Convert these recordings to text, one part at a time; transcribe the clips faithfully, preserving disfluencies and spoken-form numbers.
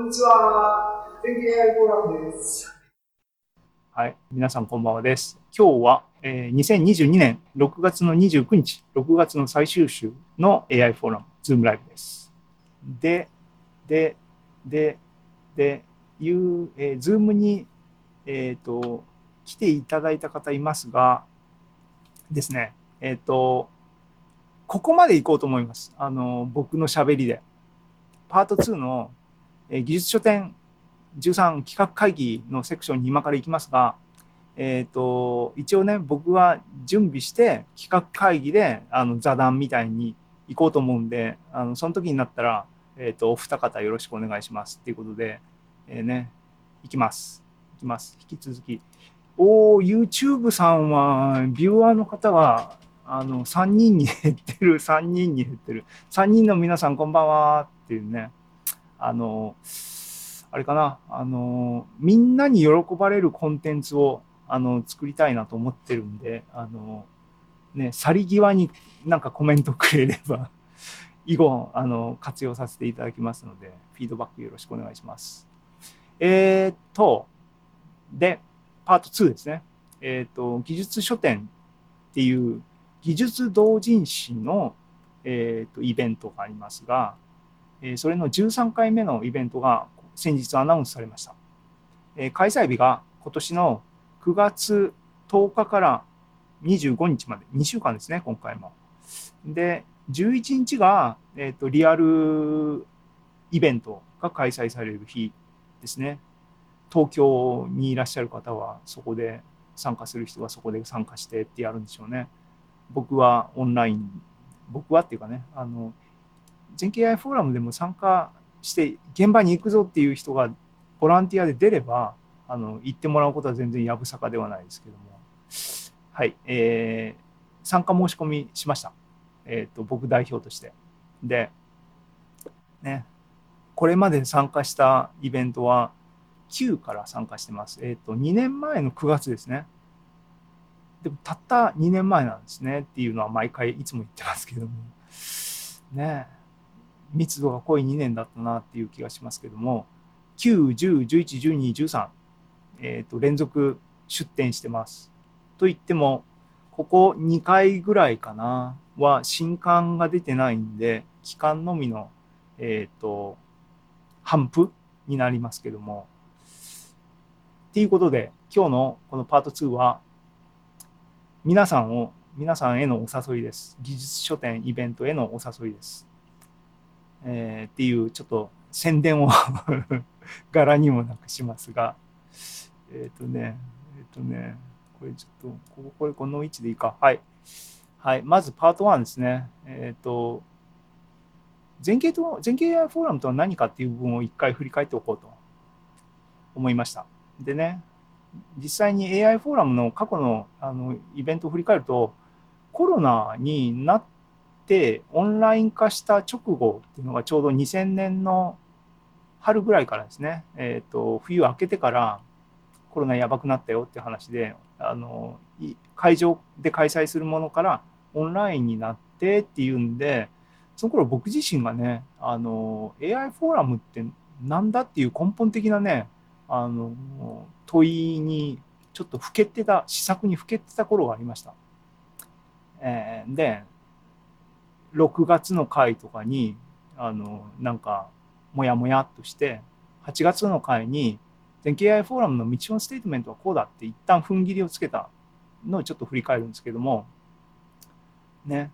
にちは。全景 エーアイ フォーラムです。 はい、皆さんこんばんはです。今日は、えー、にせんにじゅうにねんろくがつのにじゅうくにち、ろくがつの最終週の エーアイ フォーラム、ズームライブです。で、で、で、で、いう、えー、ズームに、えっ、ー、と、来ていただいた方いますが、ですね、えっ、ー、と、ここまで行こうと思います。あの、僕の喋りで。パートツーの、えー、技術書店じゅうさん企画会議のセクションに今から行きますが、えーと、一応ね、僕は準備して企画会議であの座談みたいに行こうと思うんで、あのその時になったら、えーと、お二方よろしくお願いしますっていうことで、えー、ね、行きます。行きます。引き続き。おー、YouTube さんは、ビューアーの方が、あの、さんにんに減ってる、さんにんに減ってる。さんにんの皆さんこんばんはっていうね、あの、あれかな、あの、みんなに喜ばれるコンテンツをあの作りたいなと思ってるんで、あの、ね、去り際になんかコメントくれれば、以後、あの、活用させていただきますので、フィードバックよろしくお願いします。えー、っと、で、パートツーですね。えー、っと、技術書店っていう技術同人誌の、えー、っとイベントがありますが、それのじゅうさんかいめのイベントが先日アナウンスされました。開催日が今年のくがつとおかからにじゅうごにちまで、にしゅうかんですね、今回も。で、じゅういちにちが、えーと、リアルイベントが開催される日ですね。東京にいらっしゃる方はそこで参加する人はそこで参加してってやるんでしょうね。僕はオンライン、僕はっていうかね、あの、全景 エーアイ フォーラムでも参加して現場に行くぞっていう人がボランティアで出れば、あの行ってもらうことは全然やぶさかではないですけども、はい、えー、参加申し込みしました。えっ、ー、と僕代表としてでね、これまで参加したイベントはきゅうから参加してます。えっ、ー、とにねんまえのくがつですね。でもたったにねんまえなんですねっていうのは毎回いつも言ってますけどもね、密度が濃いにねんだったなっていう気がしますけども、きゅう、じゅう、じゅういち、じゅうに、じゅうさん、えー、と連続出展してます。といっても、ここにかいぐらいかなは新刊が出てないんで、期間のみの、えー、と頒布になりますけども。っていうことで、今日のこのパートツーは、皆さんを、皆さんへのお誘いです。技術書店イベントへのお誘いです。えー、っていうちょっと宣伝を柄にもなくしますが、えっ、ー、とね、えっ、ー、とね、これちょっと、ここ、これこの位置でいいか。はい。はい。まずパートワンですね。えっ、ー、と、全景と、全景 エーアイ フォーラムとは何かっていう部分を一回振り返っておこうと思いました。でね、実際に エーアイ フォーラムの過去のあのイベントを振り返ると、コロナになってオンライン化した直後っていうのがちょうどにせんねんの春ぐらいからですね、えーと、冬明けてからコロナやばくなったよっていう話で、あの会場で開催するものからオンラインになってっていうんで、その頃僕自身がね、あの エーアイ フォーラムってなんだっていう根本的なね、あの問いにちょっとふけってた、試作にふけってた頃がありました。えー、で、ろくがつの回とかに、あのなんかもやもやっとして、はちがつの回に全景 エーアイ フォーラムのミッションステートメントはこうだって一旦踏ん切りをつけたのをちょっと振り返るんですけどもね、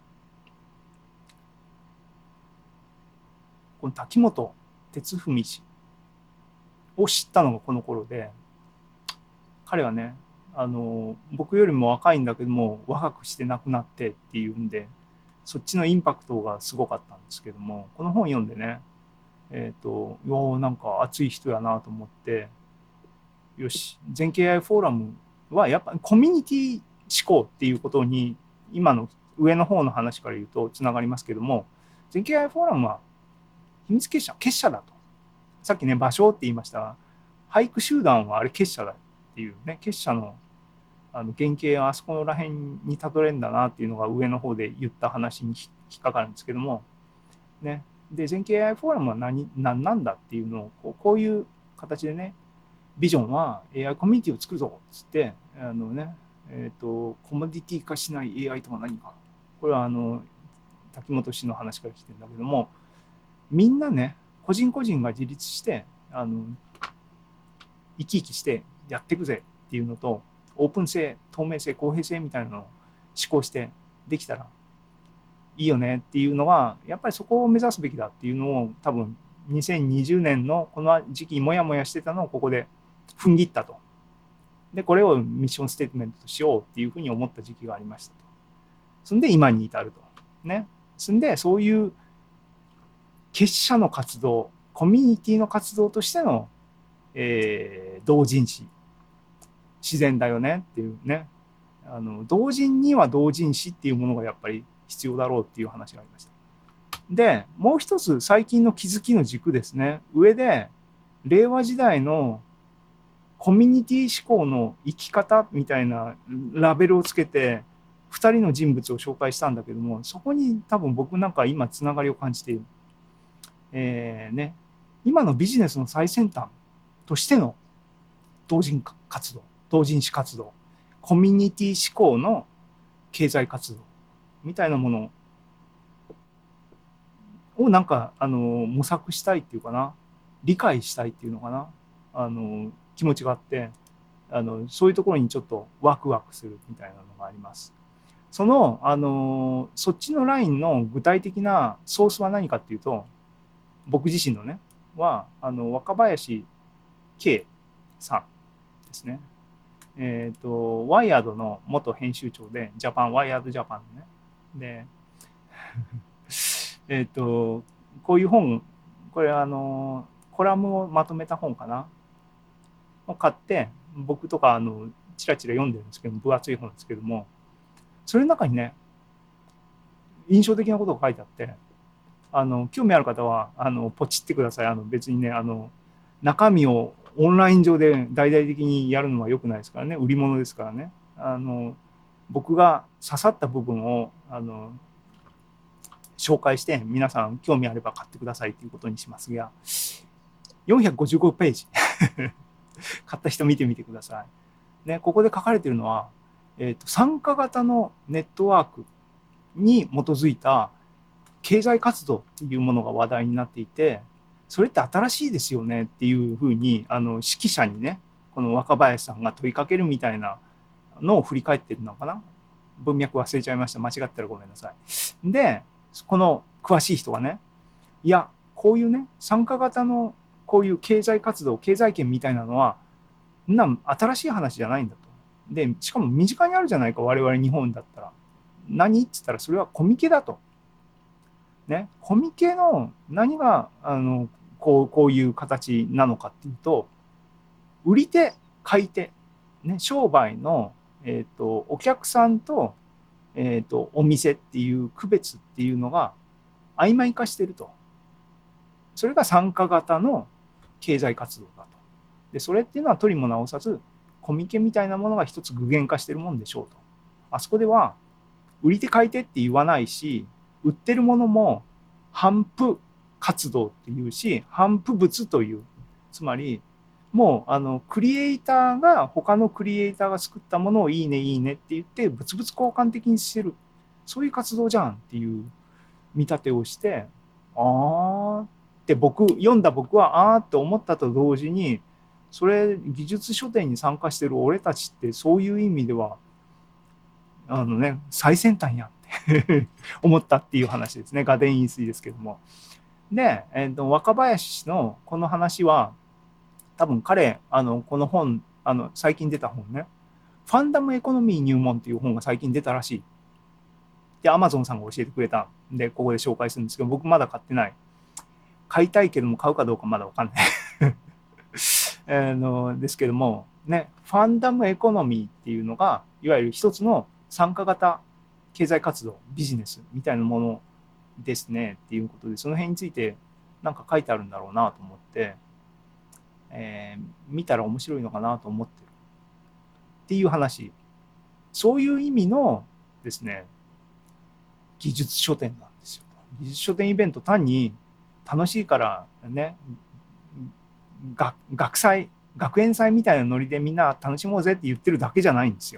この滝本哲文氏を知ったのがこの頃で、彼はね、あの僕よりも若いんだけども若くして亡くなってっていうんで、そっちのインパクトがすごかったんですけども、この本読んでね、えっ、ー、とよなんか熱い人やなと思って、よし、全景 エーアイ フォーラムはやっぱりコミュニティ思考っていうことに今の上の方の話から言うとつながりますけども、全景 エーアイ フォーラムは秘密結社結社だと、さっきね場所って言いましたが、俳句集団はあれ結社だっていうね、結社のあの原型はあそこら辺にたどれるんだなっていうのが上の方で言った話に引っかかるんですけどもね、 で、全景 エーアイ フォーラムは何、何なんだっていうのをこう、こういう形でね、ビジョンは エーアイ コミュニティを作るぞっつって、あのね、えっと、コモディティ化しない エーアイ とは何か。これはあの、滝本氏の話から来てるんだけども、みんなね、個人個人が自立して、あの、生き生きしてやっていくぜっていうのと、オープン性、透明性、公平性みたいなのを思考してできたらいいよねっていうのは、やっぱりそこを目指すべきだっていうのを、多分にせんにじゅうねんのこの時期もやもやしてたのをここで踏ん切ったと。で、これをミッションステートメントとしようっていうふうに思った時期がありましたと。そんで今に至ると。ね。そんで、そういう結社の活動、コミュニティの活動としての、えー、同人誌、自然だよねっていうね。あの、同人には同人誌っていうものがやっぱり必要だろうっていう話がありました。で、もう一つ最近の気づきの軸ですね。上で、令和時代のコミュニティ思考の生き方みたいなラベルをつけて、二人の人物を紹介したんだけども、そこに多分僕なんか今つながりを感じている。えー、ね、今のビジネスの最先端としての同人活動、同人誌活動、コミュニティ思考の経済活動みたいなものをなんかあの模索したいっていうかな、理解したいっていうのかな、あの気持ちがあって、あのそういうところにちょっとワクワクするみたいなのがあります。そのあのそっちのラインの具体的なソースは何かっていうと、僕自身のねはあの若林圭さんですね。えっ、ー、とワイヤードの元編集長で、ジャパンワイヤードジャパンのね、でえっとこういう本、これあのコラムをまとめた本かなを買って、僕とかあのチラチラ読んでるんですけど、分厚い本ですけども、それの中にね印象的なことが書いてあって、あの興味ある方はあのポチってください。あの別にね、あの中身をオンライン上で大々的にやるのは良くないですからね、売り物ですからね。あの僕が刺さった部分をあの紹介して、皆さん興味あれば買ってくださいということにしますが、よんひゃくごじゅうごページ買った人見てみてください。ね、ここで書かれているのは、えーと、参加型のネットワークに基づいた経済活動っていうものが話題になっていて、それって新しいですよねっていうふうに、あの指揮者にね、この若林さんが問いかけるみたいなのを振り返ってるのかな。文脈忘れちゃいました。間違ったらごめんなさい。で、この詳しい人がね、いや、こういうね、参加型のこういう経済活動、経済圏みたいなのは、な新しい話じゃないんだと。で、しかも身近にあるじゃないか、我々日本だったら。何って言ったら、それはコミケだと。ね、コミケの何があのこう、こういう形なのかっていうと、売り手、買い手、ね、商売の、えーと、お客さんと、えーと、お店っていう区別っていうのが曖昧化していると。それが参加型の経済活動だと。で、それっていうのは取りも直さず、コミケみたいなものが一つ具現化しているもんでしょうと。あそこでは、売り手買い手って言わないし、売ってるものも販布活動っていうし、販布物という。つまり、もう、あの、クリエイターが他のクリエイターが作ったものをいいね、いいねって言って、物々交換的にしてる。そういう活動じゃんっていう見立てをして、あーって僕、読んだ僕は、あーって思ったと同時に、それ、技術書店に参加してる俺たちってそういう意味では、あのね、最先端やって思ったっていう話ですね。ガデン飲水ですけども。で、えーと、若林氏のこの話は、多分彼、あの、この本、あの、最近出た本ね、ファンダムエコノミー入門っていう本が最近出たらしい。で、アマゾンさんが教えてくれたんで、ここで紹介するんですけど、僕まだ買ってない。買いたいけども買うかどうかまだわかんないあのですけども、ね、ファンダムエコノミーっていうのが、いわゆる一つの参加型経済活動、ビジネスみたいなものですねっていうことで、その辺についてなんか書いてあるんだろうなと思って、えー、見たら面白いのかなと思ってるっていう話。そういう意味のですね、技術書店なんですよ。技術書店イベント単に楽しいからね、学学祭学園祭みたいなノリでみんな楽しもうぜって言ってるだけじゃないんですよ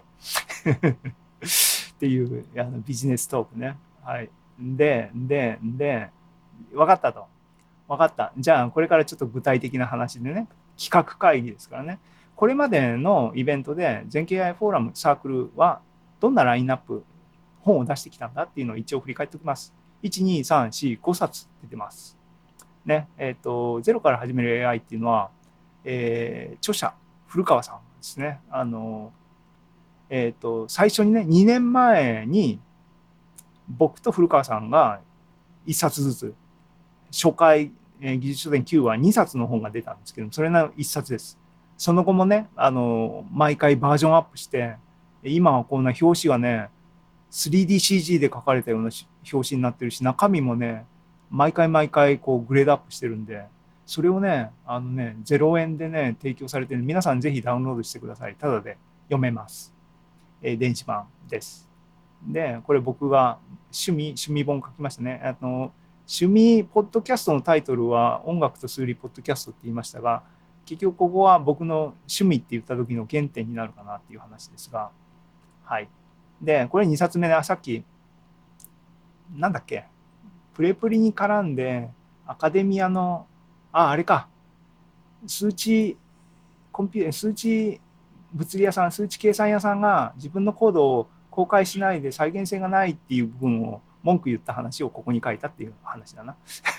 っていうあのビジネストークね。はい。ででで分かったと。分かった。じゃあこれからちょっと具体的な話でね、企画会議ですからね。これまでのイベントで全経 エーアイ フォーラムサークルはどんなラインナップ、本を出してきたんだっていうのを一応振り返っておきます。いち、に、さん、よん、ごさつ出てます。ね、えっと、ゼロから始める エーアイ っていうのは、えー、著者、古川さんですね。あの、えっと、最初にね、にねんまえに僕と古川さんがいっさつずつ、初回、えー技術書店 Q はにさつの本が出たんですけど、それのいっさつです。その後もね、あの、毎回バージョンアップして、今はこんな表紙がね、スリーディーシージー で書かれたような表紙になってるし、中身もね、毎回毎回こうグレードアップしてるんで、それをね、あのね、ゼロえんでね、提供されてる、皆さんぜひダウンロードしてください。ただで読めます。えー電子版です。で、これ僕が趣味、趣味本書きましたね。あの、趣味ポッドキャストのタイトルは音楽と数理ポッドキャストって言いましたが、結局ここは僕の趣味って言った時の原点になるかなっていう話ですが、はい。で、これにさつめで、さっき、なんだっけ、プレプリに絡んで、アカデミアの、あ、あれか、数値、コンピュ数値物理屋さん、数値計算屋さんが自分のコードを公開しないで再現性がないっていう部分を文句言った話をここに書いたっていう話だな。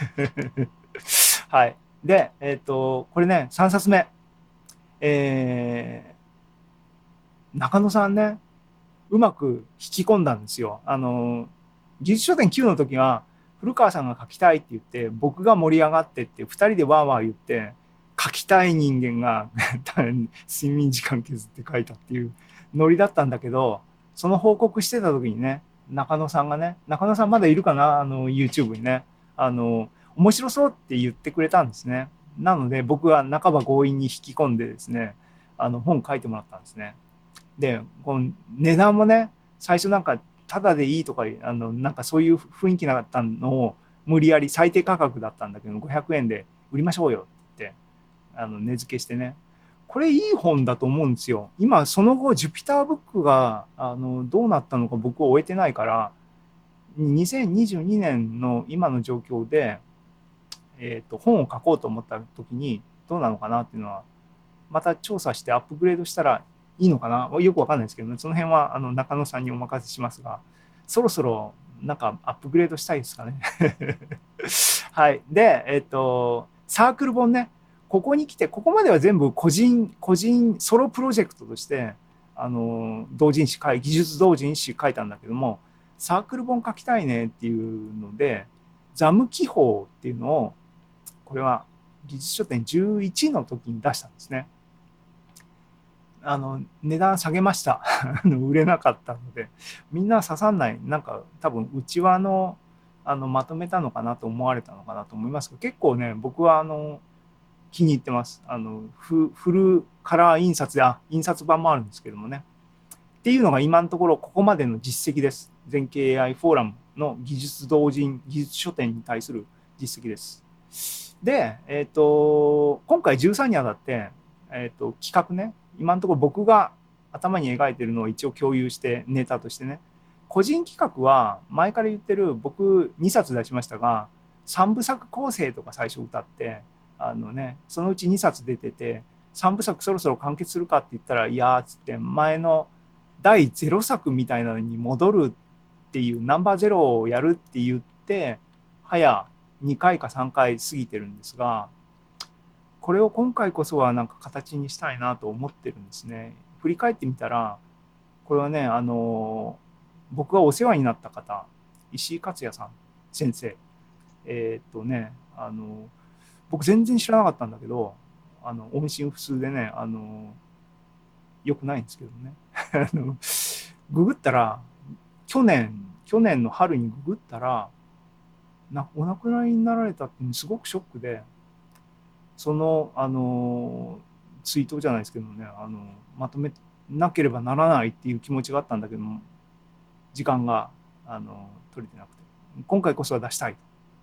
はい。で、えっ、ー、と、これね、さんさつめ。えー、中野さんね、うまく引き込んだんですよ。あの、技術書店 Q の時は、古川さんが書きたいって言って、僕が盛り上がってって、ふたりでワーワー言って、書きたい人間が睡眠時間削って書いたっていうノリだったんだけど、その報告してた時にね、中野さんがね、中野さんまだいるかな、あの YouTube にね、あの、面白そうって言ってくれたんですね。なので僕は半ば強引に引き込んでですね、あの本書いてもらったんですね。で、この値段もね、最初なんか、ただでいいとか、あの、なんかそういう雰囲気だったのを、無理やり最低価格だったんだけど、ごひゃくえんで売りましょうよって言って、あの、値付けしてね。これいい本だと思うんですよ。今、その後、ジュピターブックが、あの、どうなったのか僕は終えてないから、にせんにじゅうにねんの今の状況で、えっと、本を書こうと思った時に、どうなのかなっていうのは、また調査してアップグレードしたらいいのかな、よくわかんないですけどね、その辺はあの中野さんにお任せしますが、そろそろなんかアップグレードしたいですかね。はい。で、えっと、サークル本ね、ここに来て、ここまでは全部個人、個人ソロプロジェクトとして、あの、同人誌書い、技術同人誌書いたんだけども、サークル本書きたいねっていうので、ザム記法っていうのを、これは技術書店じゅういちの時に出したんですね。あの値段下げました売れなかったので、みんな刺さんない、なんか多分内輪のあのまとめたのかなと思われたのかなと思いますが、結構ね僕はあの気に入ってます。あのフフルカラー印刷で、あ、印刷版もあるんですけどもね、っていうのが今のところここまでの実績です。全景 エーアイ フォーラムの技術同人技術書店に対する実績です。で、えっと今回じゅうさんにあたって、えっと企画ね、今のところ僕が頭に描いてるのを一応共有してネタとしてね、個人企画は前から言ってる、僕にさつ出しましたがさんぶさく構成とか最初歌って、あのね、そのうちにさつ出てて、さんぶさくそろそろ完結するかって言ったら、いやーっつって前のだいゼロさくみたいなのに戻るっていう、ナンバーゼロをやるって言って早にかいかさんかい過ぎてるんですが、これを今回こそはなんか形にしたいなと思ってるんですね。振り返ってみたら、これはね、あの僕がお世話になった方、石井克也さん先生、えーっとね、あの僕全然知らなかったんだけど、あの音信不通でね、あのよくないんですけどねあのググったら、去年去年の春にググったらなお亡くなりになられたって、すごくショックで、そのあのツイートじゃないですけどね、あのまとめなければならないっていう気持ちがあったんだけども、時間があの取れてなくて、今回こそは出したいと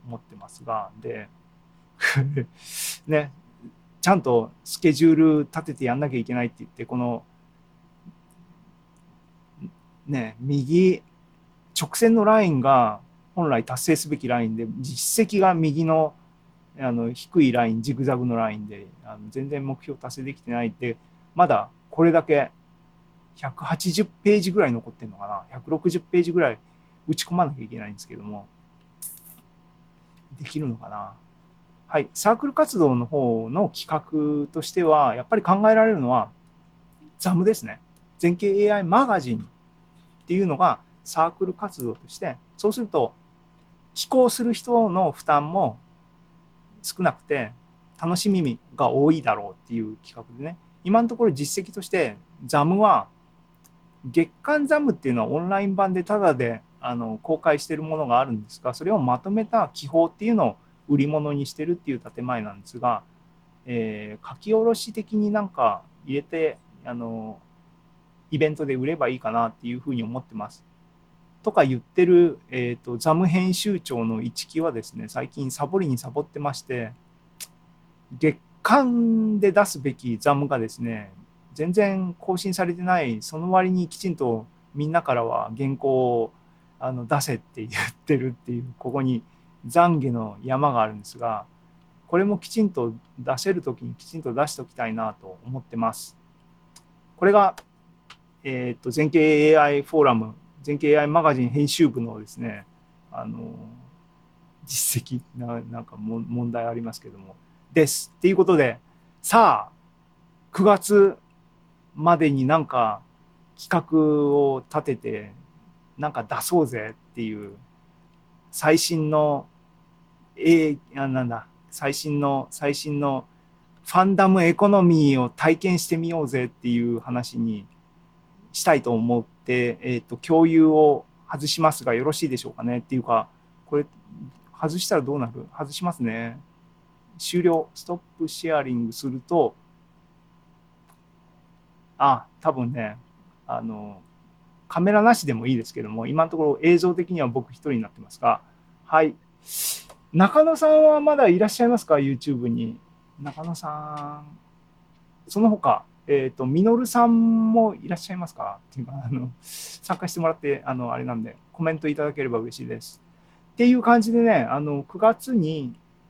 思ってますが、でね、ちゃんとスケジュール立ててやんなきゃいけないって言って、このね、右直線のラインが本来達成すべきラインで、実績が右のあの低いライン、ジグザグのラインで、あの全然目標達成できてないって、まだこれだけひゃくはちじゅうページぐらい残ってるのかな、ひゃくろくじゅうページぐらい打ち込まなきゃいけないんですけども、できるのかな。はい、サークル活動の方の企画としては、やっぱり考えられるのは、ザム ですね。全景 エーアイ マガジンっていうのがサークル活動として、そうすると、寄稿する人の負担も少なくて、楽しみが多いだろうっていう企画でね、今のところ実績として、ザム は、月刊ザムっていうのはオンライン版でタダであの公開しているものがあるんですが、それをまとめた記法っていうのを売り物にしてるっていう建前なんですが、えー、書き下ろし的になんか入れてあのイベントで売ればいいかなっていうふうに思ってます。とか言ってる、えーと、ザム編集長の一木はですね、最近サボりにサボってまして、月間で出すべきザムがですね、全然更新されてない、その割にきちんとみんなからは原稿をあの出せって言ってるっていう、ここに懺悔の山があるんですが、これもきちんと出せるときにきちんと出しておきたいなと思ってます。これが、えー、と全景 エーアイ フォーラム、全景 エーアイ マガジン編集部のですね、あの実績な、なんかも問題ありますけども、です。っていうことで、さあ、くがつまでになんか企画を立てて、なんか出そうぜっていう、最新の、えー、なんだ、最新の、最新のファンダムエコノミーを体験してみようぜっていう話にしたいと思って、えっと、共有を外しますがよろしいでしょうかね。っていうか、これ、外したらどうなる？外しますね。終了、ストップシェアリングすると、あ、多分ね、あの、カメラなしでもいいですけども、今のところ映像的には僕一人になってますが、はい。中野さんはまだいらっしゃいますか？ YouTube に。中野さん。その他、えっと、みのるさんもいらっしゃいますかっていうか、あの、参加してもらって、あの、あれなんで、コメントいただければ嬉しいです。っていう感じでね、あの、くがつに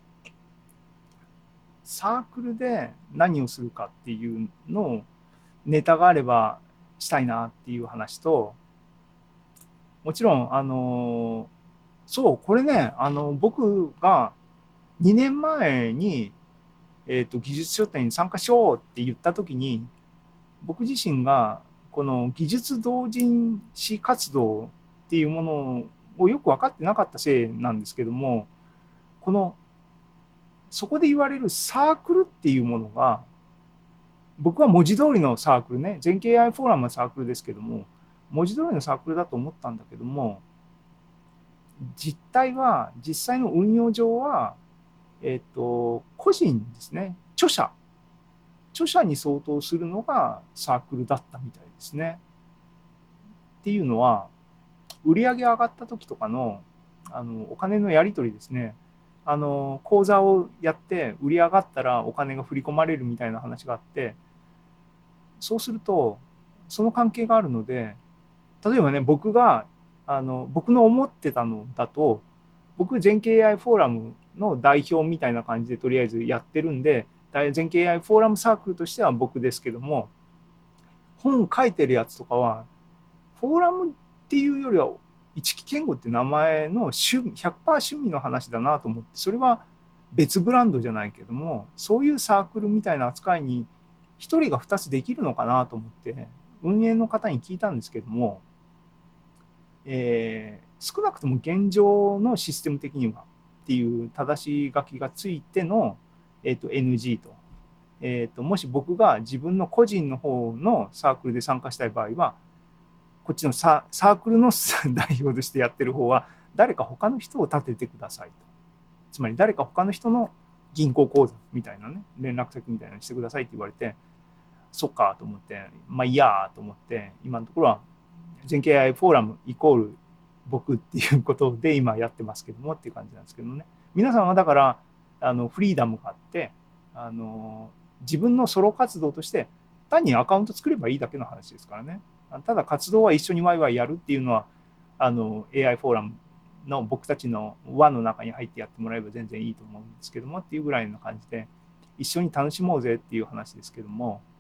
サークルで何をするかっていうのをネタがあればしたいなっていう話と、もちろん、あの、そう、これね、あの、僕がにねんまえに、えっと、技術書店に参加しようって言った時に、僕自身がこの技術同人誌活動っていうものをよく分かってなかったせいなんですけども、このそこで言われるサークルっていうものが、僕は文字通りのサークルね、全景 エーアイ フォーラムのサークルですけども、文字通りのサークルだと思ったんだけども、実態は、実際の運用上は、えっと、個人ですね、著者、著者に相当するのがサークルだったみたいですね。っていうのは、売上上がった時とかの、あのお金のやり取りですね。あの口座をやって売り上がったらお金が振り込まれるみたいな話があって、そうするとその関係があるので、例えばね、僕があの僕の思ってたのだと、僕全景 エーアイ フォーラムの代表みたいな感じでとりあえずやってるんで、全景 エーアイ フォーラムサークルとしては僕ですけども、本書いてるやつとかはフォーラムっていうよりは一木健吾って名前の趣味 ひゃくパーセント 趣味の話だなと思って、それは別ブランドじゃないけども、そういうサークルみたいな扱いにひとりがふたつできるのかなと思って運営の方に聞いたんですけども、えー、少なくとも現状のシステム的にはっていう正し書きがついての、えー、と エヌジー と、えー、ともし僕が自分の個人の方のサークルで参加したい場合は、こっちのサークルの代表としてやってる方は誰か他の人を立ててくださいと。つまり誰か他の人の銀行口座みたいなね、連絡先みたいなのにしてくださいって言われて、そっかと思って、まあいいやと思って、今のところは全景 エーアイ フォーラムイコール僕っていうことで今やってますけどもっていう感じなんですけどね。 皆さんはだからあのフリーダムがあってあの自分のソロ活動として単にアカウント作ればいいだけの話ですからね。ただ活動は一緒にワイワイやるっていうのはあの エーアイ フォーラムの僕たちの輪の中に入ってやってもらえば全然いいと思うんですけどもっていうぐらいの感じで一緒に楽しもうぜっていう話ですけども、